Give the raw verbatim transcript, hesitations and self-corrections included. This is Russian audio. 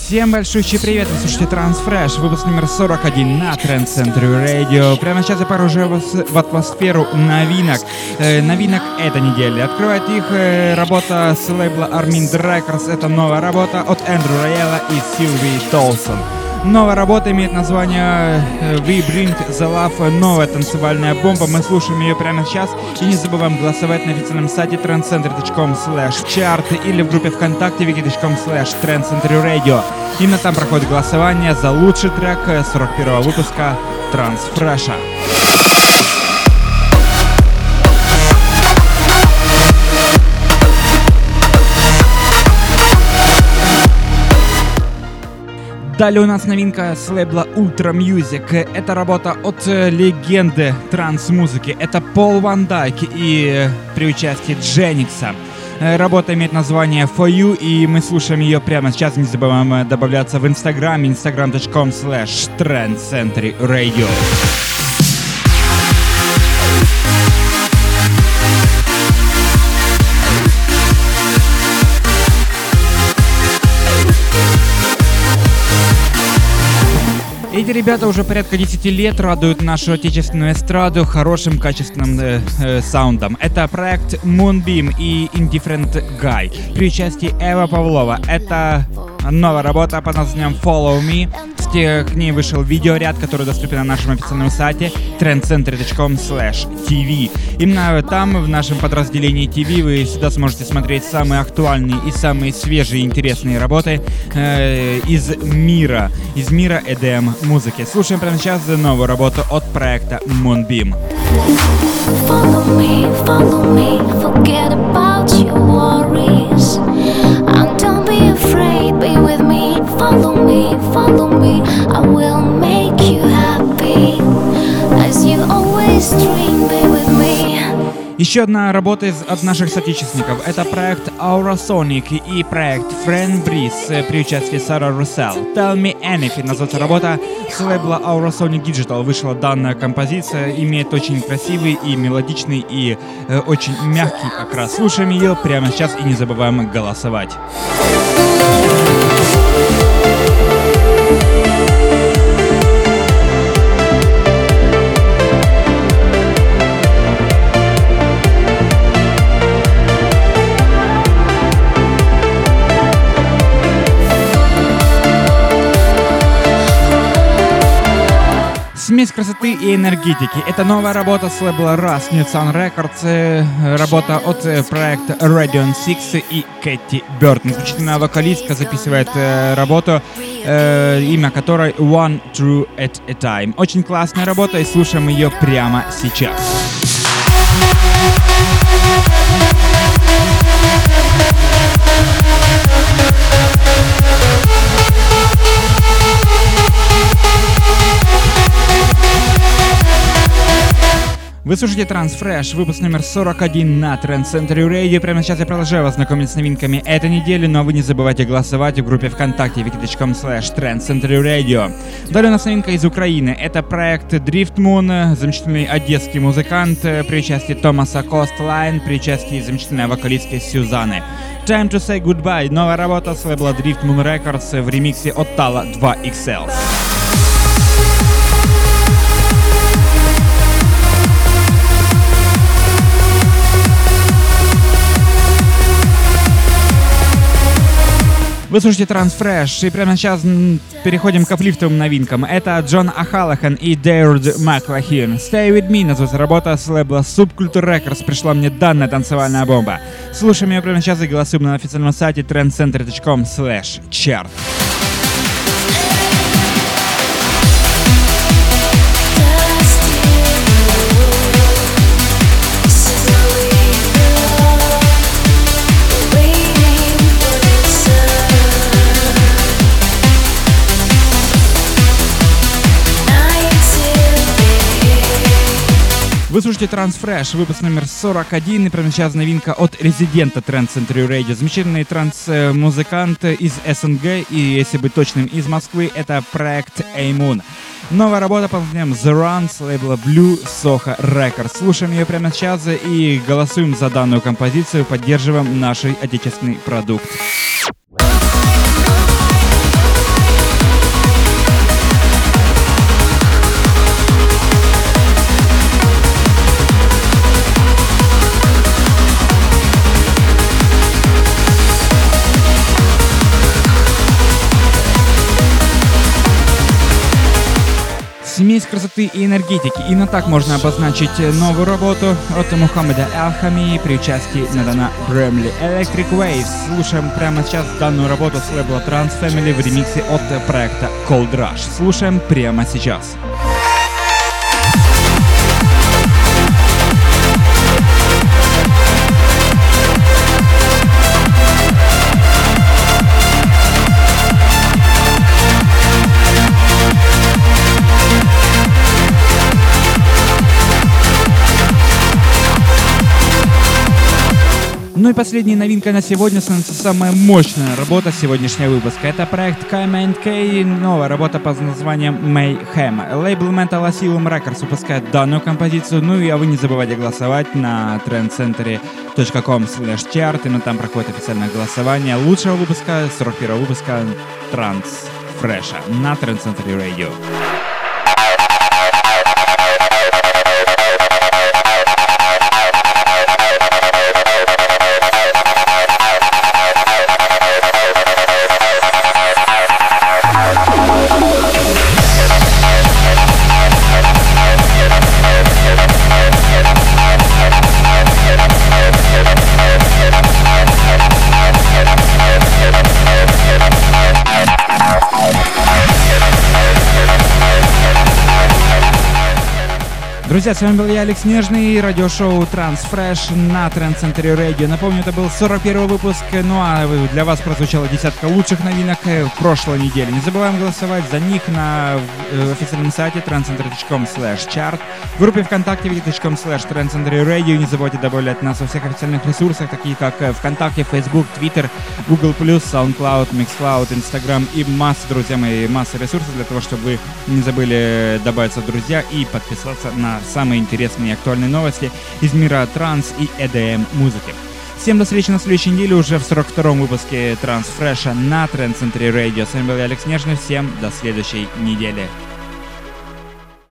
Всем большущий привет, вы слушаете Transfresh, выпуск номер сорок один на Trend Century Radio. Прямо сейчас я погружаю вас в атмосферу новинок. Э, новинок этой недели. Открывает их э, работа с лейбла Armin Records. Это новая работа от Эндрю Райелла и Сильвии Толсон. Новая работа имеет название We Bring the Love, новая танцевальная бомба. Мы слушаем ее прямо сейчас. И не забываем голосовать на официальном сайте трендцентр точка ком слэш чарт или в группе ВКонтакте wiki точка ком слэш Trend Century Radio. Именно там проходит голосование за лучший трек сорок первого выпуска Transfresh. Далее у нас новинка с лейбла Ultra Music. Это работа от э, легенды транс-музыки. Это Пол Ван Дайк и э, при участии Дженикса. Э, работа имеет название For You, и мы слушаем ее прямо сейчас. Не забываем э, добавляться в инстаграме инстаграм точка ком слэш Trend Century Radio. Эти ребята уже порядка десяти лет радуют нашу отечественную эстраду хорошим качественным э, э, саундом. Это проект Moonbeam и Indifferent Guy при участии Эва Павлова. Это новая работа под названием Follow Me. К ней вышел видеоряд, который доступен на нашем официальном сайте трендцентр точка ком слэш ти ви. Именно там, в нашем подразделении ти ви, вы всегда сможете смотреть самые актуальные и самые свежие и интересные работы э, из мира, из мира и ди эм-музыки. Слушаем прямо сейчас новую работу от проекта Moonbeam. Follow me, follow me, forget about your worries. And don't be afraid, be with me. Follow me, follow me, I will make you happy. As you always dream, be with me. Еще одна работа из, от наших соотечественников. Это проект Aura Sonic и проект Friend Breeze при участии Сара Руссell. Tell Me Anything называется работа. С лейбла Aura Sonic Digital вышла данная композиция. Имеет очень красивый и мелодичный и э, очень мягкий окрас. Слушаем ее прямо сейчас и не забываем голосовать. Смесь красоты и энергетики. Это новая работа с лейбла Rasmussen Records, работа от проекта Radion Six и Кэти Бёртон. Исключительная вокалистка записывает работу, э, имя которой One True at a Time. Очень классная работа, и слушаем ее прямо сейчас. Вы слушаете Transfresh, выпуск номер сорок один на Trend Century Radio. Прямо сейчас я продолжаю вас знакомить с новинками этой недели, но вы не забывайте голосовать в группе ВКонтакте wiki точка ком слэш Trend Century Radio. Далее у нас новинка из Украины. Это проект Drift Moon, замечательный одесский музыкант при участии Томаса Костлайн, при участии замечательной вокалистки Сюзанны. Time to Say Goodbye, новая работа с лейбла Drift Moon Records в ремиксе от Тала два икс эл. Вы слушаете Transfresh, и прямо сейчас переходим к аплифтовым новинкам. Это Джон Ахалахан и Дэйрд Маклахин. Stay With Me называется работа с лейбла Subculture Records. Пришла мне данная танцевальная бомба. Слушаем ее прямо сейчас и голосуем на официальном сайте трендцентр точка ком слэш чарт. Вы слушаете Transfresh, выпуск номер сорок один, и прямо сейчас новинка от резидента Trend Century Radio. Замечательный транс-музыкант из СНГ и, если быть точным, из Москвы. Это проект A-Moon. Новая работа под названием The Run с лейбла Blue Soho Records. Слушаем ее прямо сейчас и голосуем за данную композицию, поддерживаем наш отечественный продукт. Смесь красоты и энергетики. Именно так можно обозначить новую работу от Мухаммеда Алхами при участии Надана Бремли. Electric Waves. Слушаем прямо сейчас данную работу с лейбла Trans Family в ремиксе от проекта Cold Rush. Слушаем прямо сейчас. Ну и последняя новинка на сегодня, самая мощная работа сегодняшнего выпуска. Это проект K M and K, новая работа под названием Mayhem. Лейбл Mental Asylum Records выпускает данную композицию. Ну и а вы не забывайте голосовать на трендцентре точка ком слэш чарт. Именно там проходит официальное голосование лучшего выпуска, сорок первого выпуска Trans Fresh на Trendcenter Radio. Друзья, с вами был я, Алекс Нежный, радиошоу Trans Fresh на Трендцентре Radio. Напомню, это был сорок первый выпуск, ну а для вас прозвучала десятка лучших новинок прошлой недели. Не забываем голосовать за них на официальном сайте трендцентр точка ком слэш чарт, в группе ВКонтакте ви ди точка ком слэш трендцентр радио. Не забывайте добавлять нас во всех официальных ресурсах, такие как ВКонтакте, Facebook, Twitter, Google+, SoundCloud, Mixcloud, Instagram и масса, друзья мои, масса ресурсов для того, чтобы вы не забыли добавиться в друзья и подписаться на самые интересные и актуальные новости из мира транс и и ди эм музыки. Всем до встречи на следующей неделе уже в сорок втором выпуске Trans Fresh на Трендцентре Radio. С вами был я, Алекс Нежный. Всем до следующей недели.